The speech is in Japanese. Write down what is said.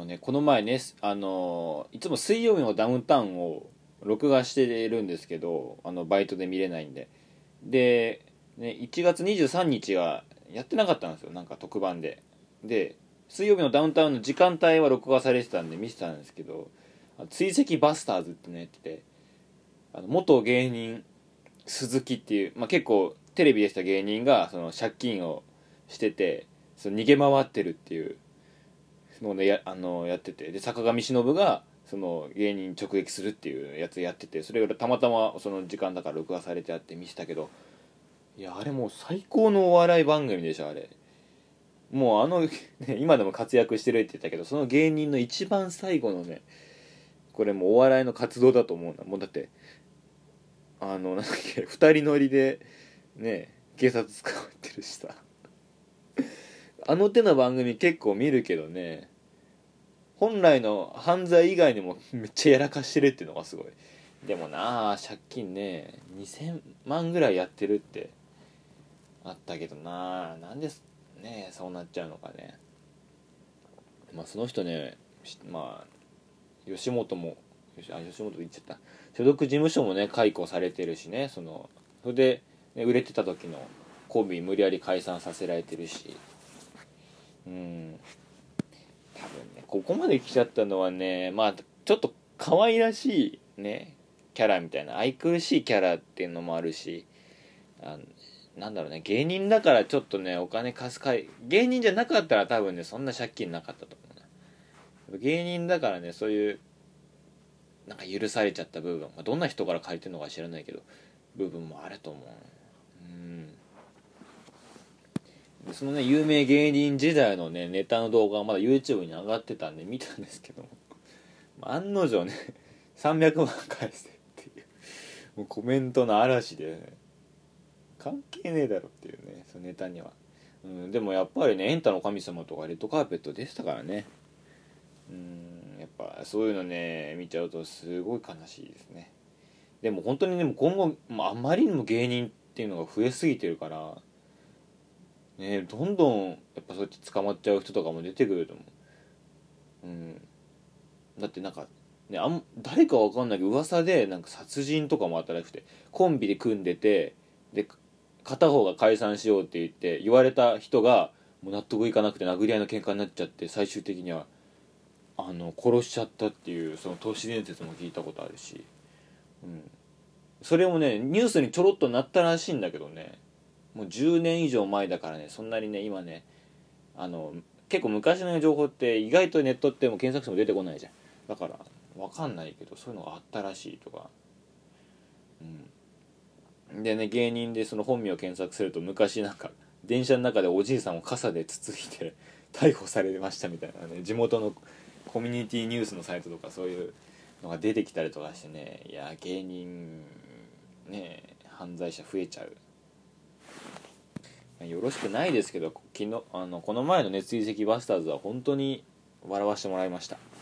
この前ね、いつも水曜日のダウンタウンを録画してるんですけど、バイトで見れないんで。で、ね、1月23日はやってなかったんですよ、なんか特番で。で、水曜日のダウンタウンの時間帯は録画されてたんで見てたんですけど、追跡バスターズってのやってて、元芸人、鈴木っていう、結構テレビでした芸人が、その借金をしてて、その逃げ回ってるっていうのをね、やってて、で坂上忍がその芸人直撃するっていうやつやってて、それがたまたまその時間だから録画されてあって見せたけど、いやあれもう最高のお笑い番組でしょあれ。もうね、今でも活躍してるって言ったけど、その芸人の一番最後のね、これもうお笑いの活動だと思うんだもう。だってなんだっけ、二人乗りでね警察捕まってるしさ、あの手の番組結構見るけどね、本来の犯罪以外にもめっちゃやらかしてるっていうのがすごい。でもなあ、借金ね2000万ぐらいやってるってあったけどなあ、なんでねそうなっちゃうのかね。その人ね、吉本も、吉本言っちゃった、所属事務所もね解雇されてるしね、それで、ね、売れてた時のコンビ無理やり解散させられてるし、多分ねここまで来ちゃったのはね、ちょっと可愛らしいねキャラみたいな、愛くるしいキャラっていうのもあるし、あなんだろうね、芸人だからちょっとねお金貸すかい、芸人じゃなかったら多分ねそんな借金なかったと思うな。芸人だからね、そういうなんか許されちゃった部分、どんな人から借りてるのか知らないけど部分もあると思う。でそのね有名芸人時代のねネタの動画がまだ YouTube に上がってたんで見たんですけども、案の定ね300万返せっていうもうコメントの嵐で、ね、関係ねえだろっていうね、そのネタには。でもやっぱりねエンタの神様とかレッドカーペットでしたからね。やっぱそういうのね見ちゃうとすごい悲しいですね。でも本当にでも今後、あまりにも芸人っていうのが増えすぎてるからね、どんどんやっぱそうやって捕まっちゃう人とかも出てくると思う。だってなんかね、誰かわかんないけど噂でなんか殺人とかもあったらしくて、コンビで組んでて、で片方が解散しようって言われた人がもう納得いかなくて殴り合いの喧嘩になっちゃって、最終的には殺しちゃったっていう、その都市伝説も聞いたことあるし、それもねニュースにちょろっとなったらしいんだけどね、もう10年以上前だからね、そんなにね今ね結構昔の情報って意外とネットってもう検索しても出てこないじゃん。だから分かんないけどそういうのがあったらしいとか。でね、芸人でその本名を検索すると、昔なんか電車の中でおじいさんを傘でつついて逮捕されましたみたいなね、地元のコミュニティニュースのサイトとかそういうのが出てきたりとかしてね、いや芸人ね犯罪者増えちゃう。よろしくないですけど、この前の熱追跡バスターズは本当に笑わせてもらいました。